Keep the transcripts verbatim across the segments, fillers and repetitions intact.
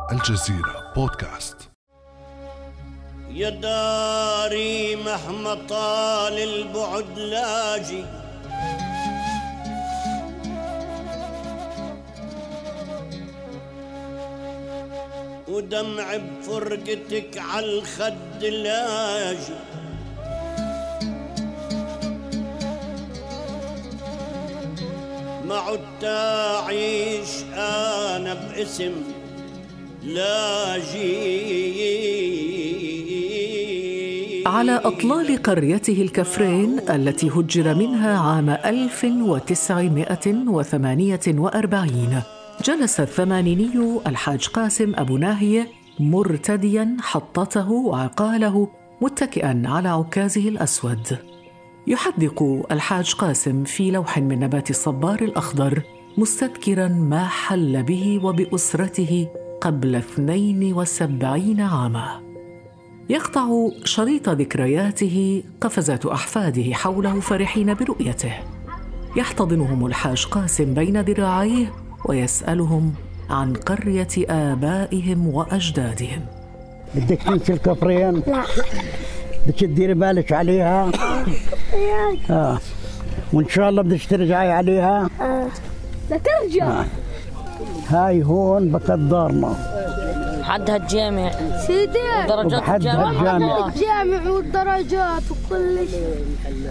الجزيرة بودكاست. يا داري مهما طال البعد لاجي، ودمع بفرقتك عالخد لاجي، ما عدت أعيش أنا باسم لاجي. على أطلال قريته الكفرين التي هجر منها عام ألف وتسعمائة وثمانية وأربعين، جلس الثمانيني الحاج قاسم أبو ناهية مرتدياً حطته وعقاله متكئاً على عكازه الأسود. يحدق الحاج قاسم في لوح من نبات الصبار الأخضر مستذكراً ما حل به وبأسرته قبل اثنين وسبعين عاماً. يقطع شريط ذكرياته قفزات أحفاده حوله فرحين برؤيته. يحتضنهم الحاج قاسم بين ذراعيه ويسألهم عن قرية آبائهم وأجدادهم. بدك تنسي الكفرين؟ لا. بدك تديري بالك عليها؟ آه. وإن شاء الله بدك ترجعي عليها؟ آه. لا ترجع. آه. هاي هون بكت دارنا. حدها الجامع سيدي، درجات الجامع حدها الجامع والدرجات وكل شيء.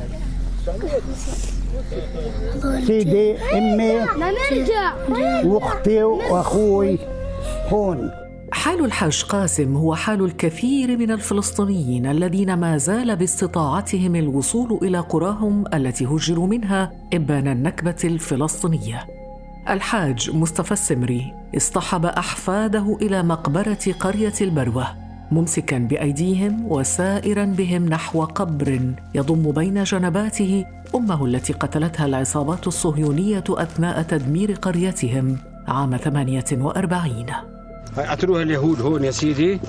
سيدي امي نرجع واختي واخوي هون. حال الحاج قاسم هو حال الكثير من الفلسطينيين الذين ما زال باستطاعتهم الوصول إلى قراهم التي هجروا منها إبان النكبة الفلسطينية. الحاج مصطفى السمري اصطحب أحفاده إلى مقبرة قرية البروة، ممسكاً بأيديهم وسائراً بهم نحو قبر يضم بين جنباته أمه التي قتلتها العصابات الصهيونية أثناء تدمير قريتهم عام ثمانية وأربعين. قتلوها اليهود هون يا سيدي،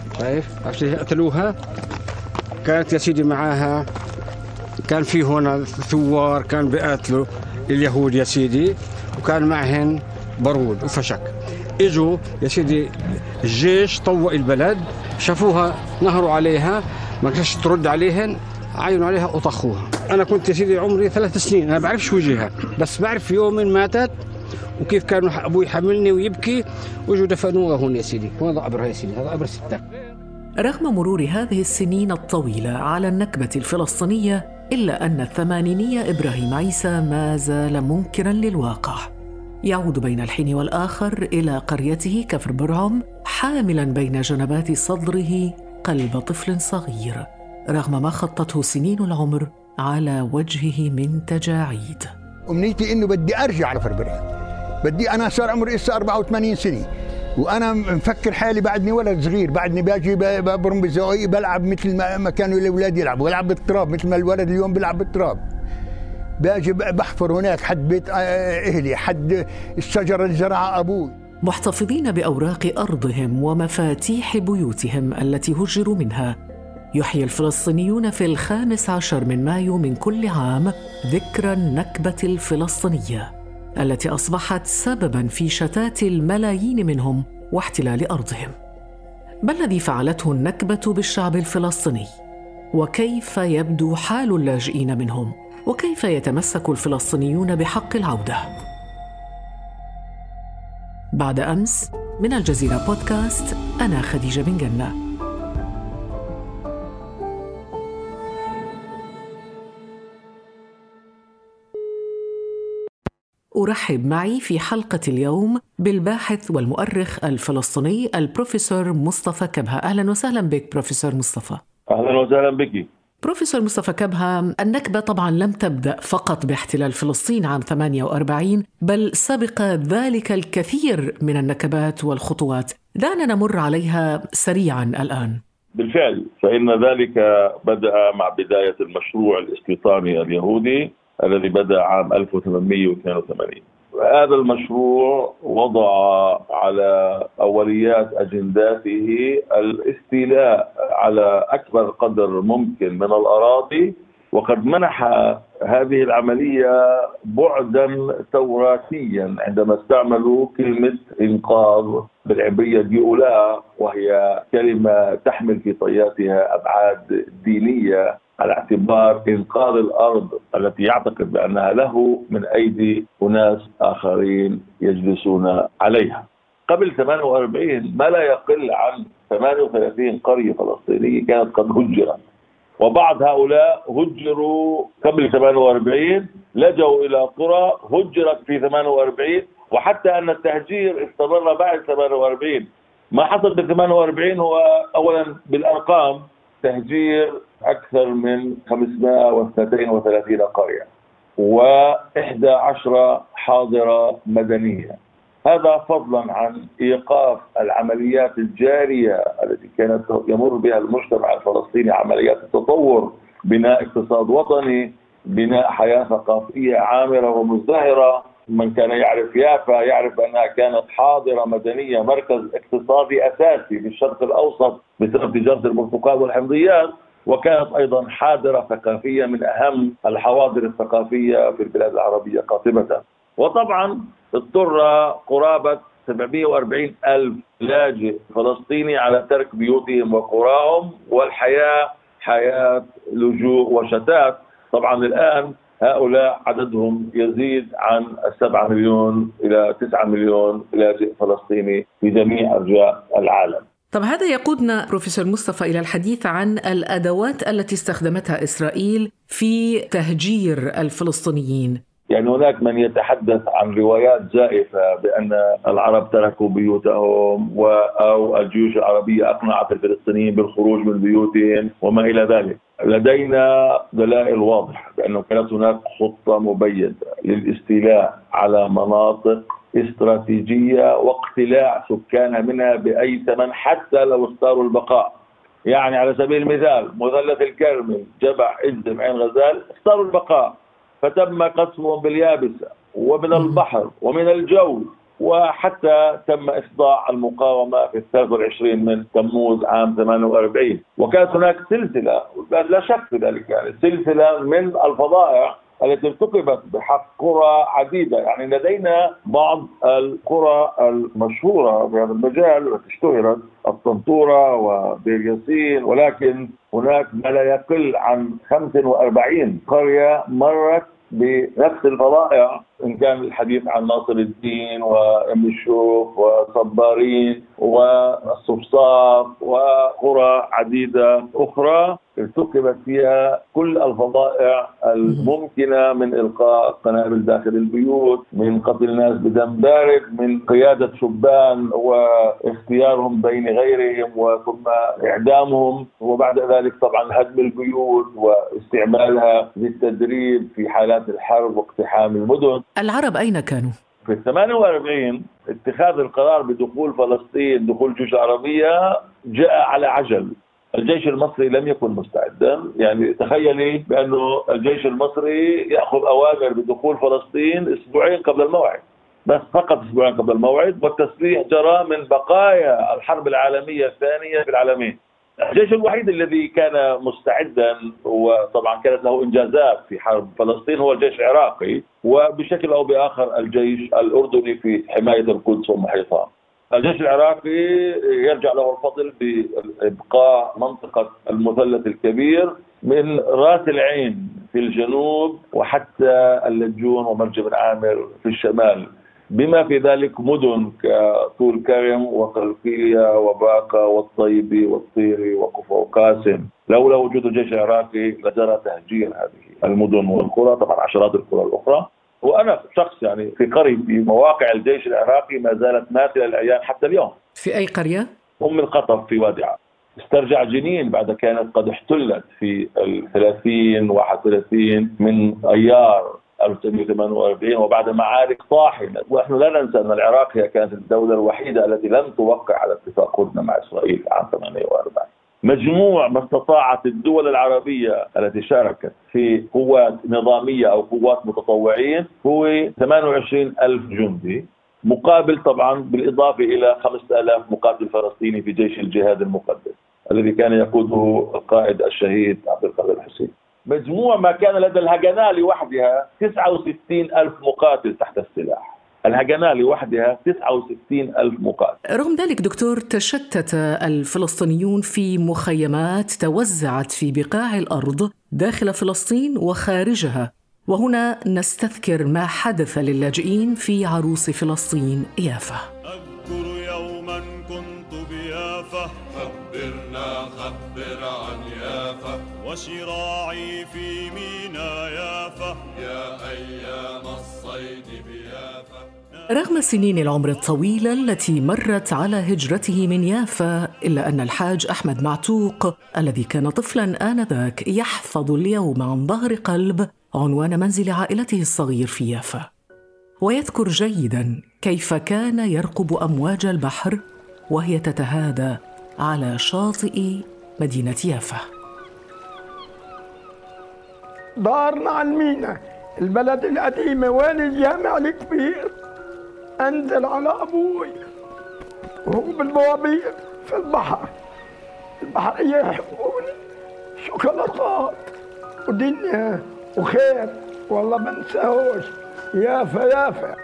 شايف قتلوها. كانت يا سيدي معاها، كان في هون ثوار كان بيقاتلوا اليهود يا سيدي، وكان معهن بارود وفشك. اجوا يا سيدي الجيش طوق البلد، شافوها نهروا عليها، ما كانش ترد عليهن، عينوا عليها وطخوها. انا كنت يا سيدي عمري ثلاث سنين، انا بعرفش وجهها، بس بعرف يوم ماتت وكيف كان ابوي يحملني ويبكي، وجوا دفنوها هون يا سيدي. هذا قبرها يا سيدي، هذا قبر ستة. رغم مرور هذه السنين الطويلة على النكبة الفلسطينية، إلا أن الثمانيني إبراهيم عيسى ما زال منكراً للواقع. يعود بين الحين والآخر إلى قريته كفر برعم حاملاً بين جنبات صدره قلب طفل صغير، رغم ما خطته سنين العمر على وجهه من تجاعيد. أمنيتي إنه بدي أرجع على فربرين، بدي. أنا صار عمري إسا أربعة وثمانين سنة، وأنا مفكر حالي بعدني ولد صغير، بعدني باجي برم بزواقي بلعب مثل ما كانوا الأولاد يلعبوا، بلعب بالتراب مثل ما الولد اليوم بلعب بالتراب. باجي بحفر هناك حد بيت أهلي، حد الشجرة اللي زرعها أبوي. محتفظين بأوراق أرضهم ومفاتيح بيوتهم التي هجروا منها، يحيي الفلسطينيون في الخامس عشر من مايو من كل عام ذكرى النكبة الفلسطينية التي أصبحت سبباً في شتات الملايين منهم واحتلال أرضهم. ما الذي فعلته النكبة بالشعب الفلسطيني؟ وكيف يبدو حال اللاجئين منهم؟ وكيف يتمسك الفلسطينيون بحق العودة؟ بعد أمس من الجزيرة بودكاست، أنا خديجة بن جنة. أرحب معي في حلقة اليوم بالباحث والمؤرخ الفلسطيني البروفيسور مصطفى كبهة. أهلا وسهلا بك بروفيسور مصطفى. أهلا وسهلا بك بروفيسور مصطفى كبهة. النكبة طبعا لم تبدأ فقط باحتلال فلسطين عام ثمانية وأربعين، بل سبق ذلك الكثير من النكبات والخطوات. دعنا نمر عليها سريعا الآن. بالفعل فإن ذلك بدأ مع بداية المشروع الاستيطاني اليهودي الذي بدأ عام ألف وثمانمائة واثنين وثمانين. هذا المشروع وضع على أوليات أجنداته الاستيلاء على أكبر قدر ممكن من الأراضي وقد منح هذه العملية بعدا توراتيا عندما استعملوا كلمة إنقاذ بالعبرية جيولا، وهي كلمة تحمل في طياتها أبعاد دينية على اعتبار إنقاذ الأرض التي يعتقد بأنها له من أيدي أناس آخرين يجلسون عليها. قبل ثمانية وأربعين ما لا يقل عن ثمانية وثلاثين قرية فلسطينية كانت قد هجرت، وبعض هؤلاء هجروا قبل ثمانية وأربعين، لجوا إلى قرى هجرت في ثمانية وأربعين، وحتى أن التهجير استمر بعد ثمانية وأربعين. ما حصل ب ثمانية وأربعين هو أولا بالأرقام تهجير أكثر من خمسمائة واثنين وثلاثين قرية وإحدى عشرة حاضرة مدنية. هذا فضلا عن إيقاف العمليات الجارية التي كانت يمر بها المجتمع الفلسطيني، عمليات التطور، بناء اقتصاد وطني، بناء حياة ثقافية عامرة ومزدهرة. من كان يعرف يافا يعرف أنها كانت حاضرة مدنية، مركز اقتصادي أساسي في الشرق الأوسط بسبب تجارة البرتقال والحمضيات، وكانت أيضا حاضرة ثقافية من أهم الحواضر الثقافية في البلاد العربية قاطبة. وطبعا اضطر قرابة سبعمائة وأربعين ألف لاجئ فلسطيني على ترك بيوتهم وقراهم، والحياة حياة لجوء وشتات. طبعا الآن هؤلاء عددهم يزيد عن سبعة مليون إلى تسعة مليون لاجئ فلسطيني في جميع أرجاء العالم. طب هذا يقودنا بروفيسور مصطفى إلى الحديث عن الأدوات التي استخدمتها إسرائيل في تهجير الفلسطينيين. يعني هناك من يتحدث عن روايات زائفة بأن العرب تركوا بيوتهم أو الجيوش العربية أقنعت الفلسطينيين بالخروج من بيوتهم وما إلى ذلك. لدينا دلائل واضحة بأنه كانت هناك خطة مبيتة للاستيلاء على مناطق استراتيجية واقتلاع سكانها منها بأي ثمن حتى لو اختاروا البقاء. يعني على سبيل المثال مثلث الكرمل، جبع، عزم، عين غزال، اختاروا البقاء، فتم قصفهم باليابسة ومن البحر ومن الجو، وحتى تم إخضاع المقاومة في الثالث والعشرين من تموز عام ثمانية وأربعين. وكانت هناك سلسلة لا شك في ذلك، يعني سلسلة من الفظائع التي ارتكبت بحق قرى عديدة. يعني لدينا بعض القرى المشهورة في هذا المجال التي اشتهرت، الطنطورة ودير ياسين، ولكن هناك ما لا يقل عن خمسة وأربعين قرية مرت بنفس الفظائع، إن كان الحديث عن ناصر الدين وأم الشوف وصبارين والصفصاف وقرى عديدة أخرى ارتكبت فيها كل الفظائع الممكنة، من إلقاء قنابل داخل البيوت، من قتل الناس بدم بارد، من قيادة شبان واختيارهم بين غيرهم وثم إعدامهم، وبعد ذلك طبعا هدم البيوت واستعمالها للتدريب في حالات الحرب واقتحام المدن. العرب أين كانوا؟ في الثمانية وأربعين اتخاذ القرار بدخول فلسطين، دخول جيوش عربية، جاء على عجل. الجيش المصري لم يكن مستعدا. يعني تخيلي بأنه الجيش المصري يأخذ أوامر بدخول فلسطين أسبوعين قبل الموعد، بس فقط أسبوعين قبل الموعد، والتسليح جرى من بقايا الحرب العالمية الثانية في العالمين. الجيش الوحيد الذي كان مستعدا وطبعا كانت له إنجازات في حرب فلسطين هو الجيش العراقي، وبشكل أو بآخر الجيش الأردني في حماية القدس ومحيطها. الجيش العراقي يرجع له الفضل بإبقاء منطقة المثلث الكبير من رأس العين في الجنوب وحتى اللجون ومرج بن عامر في الشمال، بما في ذلك مدن كطول كرم وقلقية وباقة والطيبي والطيري وكفر وقاسم. لولا وجود الجيش العراقي لجرى تهجير هذه المدن والقرى، طبعا عشرات القرى الأخرى. وأنا شخص يعني في قرية في مواقع الجيش العراقي ما زالت ماثلة الأعيان حتى اليوم. في أي قرية؟ أم القطب في وادي عام. استرجع جنين بعد كانت قد احتلت في الثلاثين واحد وثلاثين من أيار ألف وتسعمائة وثمانية وأربعين وبعد معارك طاحنة. ونحن لا ننسى أن العراق هي كانت الدولة الوحيدة التي لم توقع على اتفاق هدنة مع إسرائيل عام ثمانية وأربعين. مجموع ما استطاعت الدول العربية التي شاركت في قوات نظامية أو قوات متطوعين هو ثمانية وعشرين ألف جندي، مقابل طبعا بالإضافة إلى خمسة آلاف مقاتل فلسطيني في جيش الجهاد المقدس الذي كان يقوده القائد الشهيد عبد القادر الحسين. مجموع ما كان لدى الهجناء لوحدها تسعة وستين ألف مقاتل تحت السلاح. الهجناء لوحدها تسعة وستين ألف مقاتل. رغم ذلك دكتور، تشتت الفلسطينيون في مخيمات توزعت في بقاع الأرض داخل فلسطين وخارجها، وهنا نستذكر ما حدث للاجئين في عروس فلسطين يافا. أذكر يوما كنت بيافا، خبرنا خبر عن يافا، وشراعي في مينا يافا، يا أيام الصيد بيافا. رغم سنين العمر الطويلة التي مرت على هجرته من يافا، إلا أن الحاج أحمد معتوق الذي كان طفلاً آنذاك يحفظ اليوم عن ظهر قلب عنوان منزل عائلته الصغير في يافا، ويذكر جيداً كيف كان يرقب أمواج البحر وهي تتهادى على شاطئ مدينة يافا. دارنا على المينا، البلد القديمة، وين الجامع الكبير. أنزل على أبوي وهو بالبوابير في البحر، البحر يحكوني شوكولاتات ودنيا وخير، والله ما انساهوش. يافا يافا.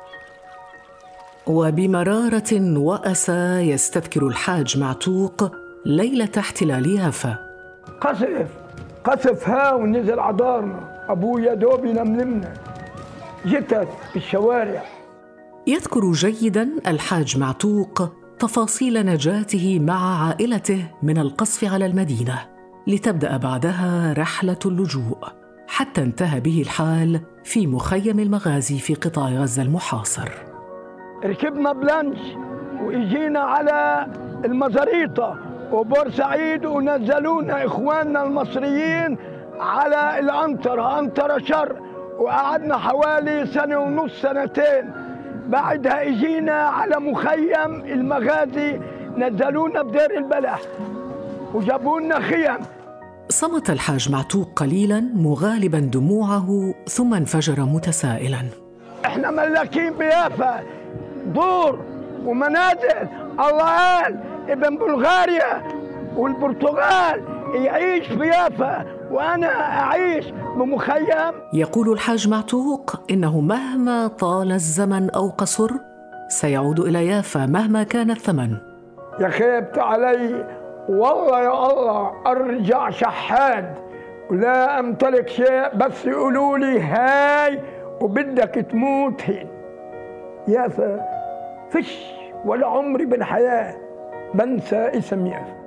وبمرارة وأسى يستذكر الحاج معتوق ليلة احتلال يافا. قصف قصف ها ونزل عدارنا، أبويا دوب ينملمنا، جتت بالشوارع. يذكر جيداً الحاج معتوق تفاصيل نجاته مع عائلته من القصف على المدينة، لتبدأ بعدها رحلة اللجوء، حتى انتهى به الحال في مخيم المغازي في قطاع غزة المحاصر. ركبنا بلانش وإجينا على المزاريطة وبورسعيد، ونزلونا إخواننا المصريين على الأنطرة، أنطرة شر، وقعدنا حوالي سنة ونص سنتين. بعدها إجينا على مخيم المغازي، نزلونا بدير البلح وجابونا خيم. صمت الحاج معتوق قليلاً مغالباً دموعه، ثم انفجر متسائلاً: احنا ملاكين بيافا، دور ومنازل. الله قال ابن بلغاريا والبرتغال يعيش في يافا، وأنا أعيش بمخيم. يقول الحاج معتوق إنه مهما طال الزمن أو قصر سيعود إلى يافا مهما كان الثمن. يا خيبت علي والله يا الله، أرجع شحاد ولا أمتلك شيء، بس يقولوا لي هاي وبدك تموت هين. يافا فش ولا عمري بالحياة بنسى اسم يافا.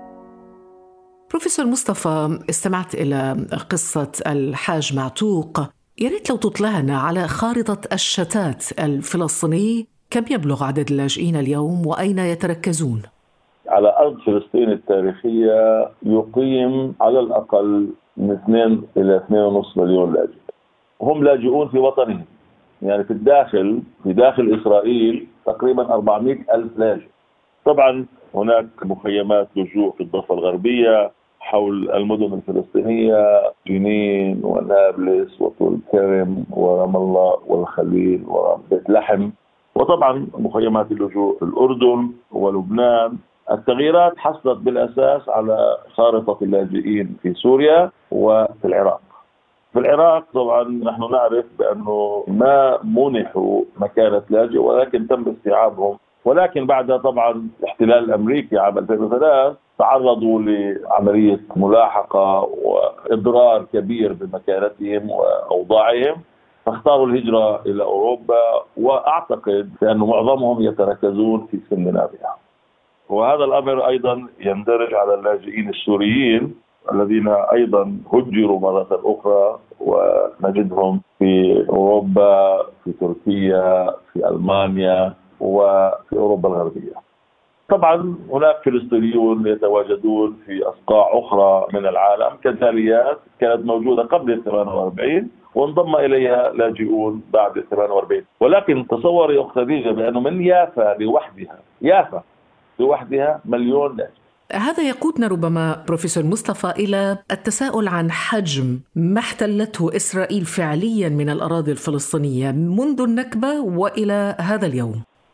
بروفيسور مصطفى، استمعت إلى قصة الحاج معتوق، يا ريت لو تطلعنا على خارطة الشتات الفلسطيني. كم يبلغ عدد اللاجئين اليوم وأين يتركزون؟ على أرض فلسطين التاريخية يقيم على الأقل من اثنين إلى اثنين ونصف مليون لاجئ. هم لاجئون في وطنهم، يعني في الداخل في داخل إسرائيل تقريبا أربعمائة ألف لاجئ. طبعا هناك مخيمات لجوء في الضفة الغربية حول المدن الفلسطينية، جنين ونابلس وطول كرم ورام الله والخليل وبيت لحم، وطبعا مخيمات اللجوء في الأردن ولبنان. التغييرات حصلت بالأساس على خارطة اللاجئين في سوريا وفي العراق. في العراق طبعا نحن نعرف بأنه ما منحوا مكانة لاجئ، ولكن تم استيعابهم، ولكن بعد طبعا الاحتلال الأمريكي عام ألفين وثلاثة تعرضوا لعملية ملاحقة وإضرار كبير بمكانتهم وأوضاعهم، فاختاروا الهجرة إلى أوروبا، وأعتقد بأن معظمهم يتركزون في اسكندنافيا. وهذا الأمر أيضا يندرج على اللاجئين السوريين الذين أيضا هجروا مرة أخرى، ونجدهم في أوروبا، في تركيا، في ألمانيا وفي أوروبا الغربية. طبعا هناك فلسطينيون يتواجدون في أصقاع أخرى من العالم كجاليات كانت موجودة قبل الثمانية وأربعين وانضم إليها لاجئون بعد الثمانية وأربعين. ولكن تصوري يا أخت خديجة بأنه من يافا لوحدها يافا لوحدها مليون لاجئ. هذا يقودنا ربما بروفيسور مصطفى إلى التساؤل عن حجم ما احتلته إسرائيل فعليا من الأراضي الفلسطينية منذ النكبة وإلى هذا اليوم.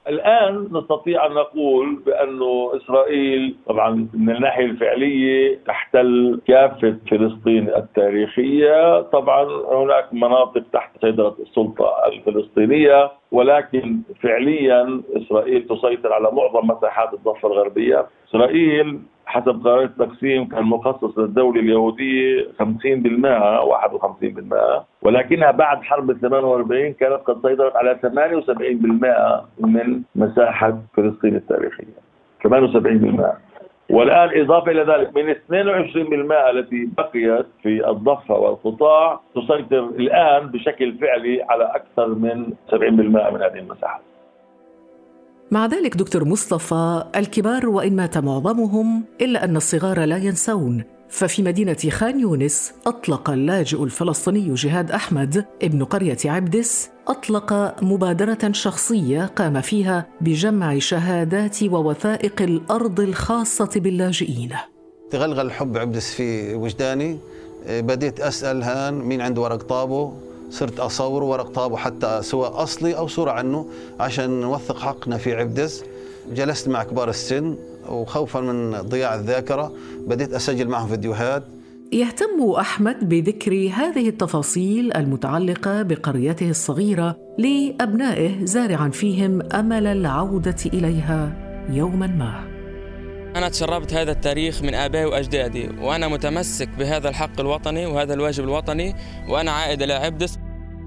الآن نستطيع أن نقول بأن إسرائيل طبعا من الناحية الفعلية تحتل كافة فلسطين التاريخية. طبعا هناك مناطق تحت سيطرة السلطة الفلسطينية، ولكن فعليا إسرائيل تسيطر على معظم مساحات الضفة الغربية. إسرائيل حسب قرار التقسيم كان مخصص للدولة اليهودية خمسين بالمئة واحد وخمسين بالمئة، ولكنها بعد حرب ثمانية وأربعين كانت قد سيطرت على ثمانية وسبعين بالمئة من مساحة فلسطين التاريخية، ثمانية وسبعين بالمئة. والآن إضافة إلى ذلك من اثنين وعشرين بالمئة التي بقيت في الضفة والقطاع تسيطر الآن بشكل فعلي على أكثر من سبعين بالمئة من هذه المساحات. مع ذلك دكتور مصطفى، الكبار وإن مات معظمهم إلا أن الصغار لا ينسون. ففي مدينة خان يونس أطلق اللاجئ الفلسطيني جهاد أحمد ابن قرية عبدس أطلق مبادرة شخصية قام فيها بجمع شهادات ووثائق الأرض الخاصة باللاجئين. تغلغل الحب عبدس في وجداني، بديت أسأل هان مين عنده ورق طابو، صرت أصور ورق طابو حتى سواء أصلي أو صورة عنه عشان نوثق حقنا في عبدس. جلست مع كبار السن وخوفا من ضياع الذاكرة بديت أسجل معهم فيديوهات. يهتم أحمد بذكر هذه التفاصيل المتعلقة بقريته الصغيرة لأبنائه، زارعا فيهم أمل العودة إليها يوما ما. أنا تشربت هذا التاريخ من آبائي وأجدادي، وأنا متمسك بهذا الحق الوطني وهذا الواجب الوطني، وأنا عائد إلى عبدس.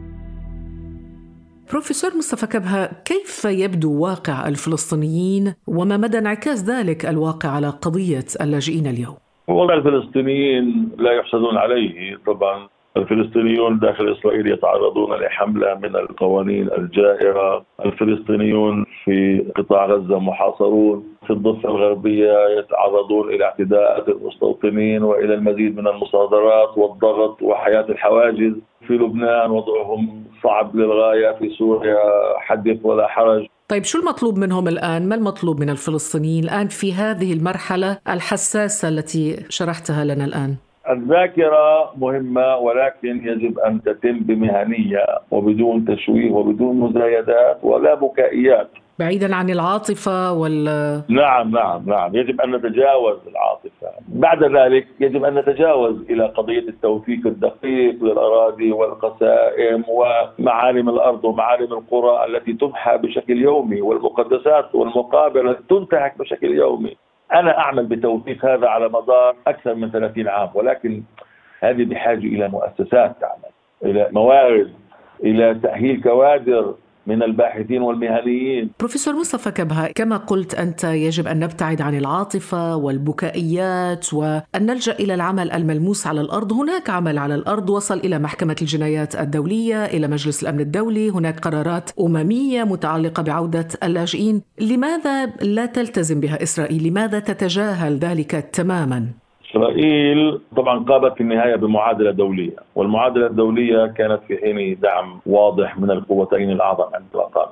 بروفيسور مصطفى كبهة، كيف يبدو واقع الفلسطينيين وما مدى انعكاس ذلك الواقع على قضية اللاجئين اليوم؟ وضع الفلسطينيين لا يحسدون عليه. طبعا الفلسطينيون داخل إسرائيل يتعرضون لحملة من القوانين الجائرة، الفلسطينيون في قطاع غزة محاصرون، في الضفة الغربية يتعرضون إلى اعتداءات المستوطنين وإلى المزيد من المصادرات والضغط وحياة الحواجز. في لبنان وضعهم صعب للغاية، في سوريا حدث ولا حرج. طيب شو المطلوب منهم الآن؟ ما المطلوب من الفلسطينيين الآن في هذه المرحلة الحساسة التي شرحتها لنا الآن؟ الذاكرة مهمة، ولكن يجب أن تتم بمهنية وبدون تشويه وبدون مزايدات ولا بكائيات، بعيدا عن العاطفة وال نعم نعم نعم يجب أن نتجاوز العاطفة. بعد ذلك يجب أن نتجاوز إلى قضية التوثيق الدقيق للأراضي والقسائم ومعالم الأرض ومعالم القرى التي تمحى بشكل يومي، والمقدسات والمقابر التي تنتهك بشكل يومي. أنا أعمل بتوثيق هذا على مدار أكثر من ثلاثين عام، ولكن هذه بحاجة إلى مؤسسات تعمل، إلى موارد، إلى تأهيل كوادر من الباحثين والمهنيين. بروفيسور مصطفى كبهة، كما قلت أنت يجب أن نبتعد عن العاطفة والبكائيات وأن نلجأ إلى العمل الملموس على الأرض. هناك عمل على الأرض وصل إلى محكمة الجنايات الدولية، إلى مجلس الأمن الدولي، هناك قرارات أممية متعلقة بعودة اللاجئين. لماذا لا تلتزم بها إسرائيل؟ لماذا تتجاهل ذلك تماما؟ إسرائيل طبعا قامت في النهاية بمعادلة دولية، والمعادلة الدولية كانت في حين دعم واضح من القوتين الأعظم عندما قامت.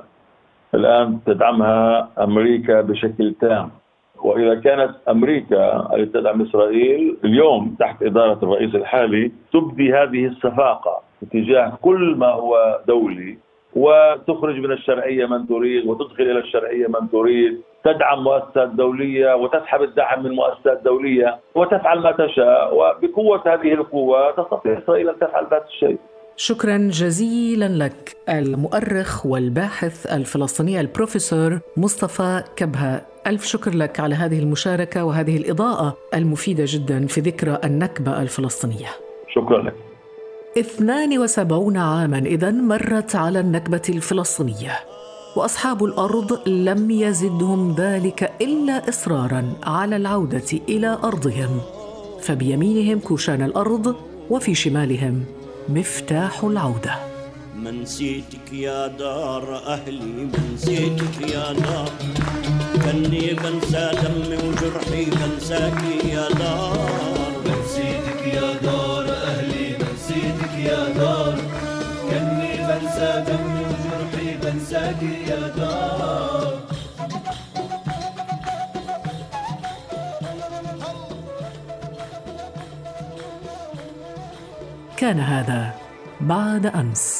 الآن تدعمها أمريكا بشكل تام، وإذا كانت أمريكا التي تدعم إسرائيل اليوم تحت إدارة الرئيس الحالي تبدي هذه السفاقة اتجاه كل ما هو دولي، وتخرج من الشرعية من تريد وتدخل إلى الشرعية من تريد، تدعم مؤسسات دولية وتسحب الدعم من مؤسسات دولية وتفعل ما تشاء، وبقوة هذه القوة تستطيع إسرائيل أن تفعل هذا الشيء. شكرا جزيلا لك المؤرخ والباحث الفلسطيني البروفيسور مصطفى كبهة. ألف شكر لك على هذه المشاركة وهذه الإضاءة المفيدة جدا في ذكرى النكبة الفلسطينية. شكرا لك. اثنان وسبعون عاما إذن مرت على النكبة الفلسطينية، وأصحاب الأرض لم يزدهم ذلك إلا إصراراً على العودة إلى أرضهم، فبيمينهم كوشان الأرض وفي شمالهم مفتاح العودة. منسيتك يا دار أهلي، منسيتك يا دار، كني بنسى دمي وجرحي بنساك يا دار. منسيتك يا دار أهلي، منسيتك يا دار، كني بنسى دمي وجرحي بنساك يا دار. كان هذا بعد أمس.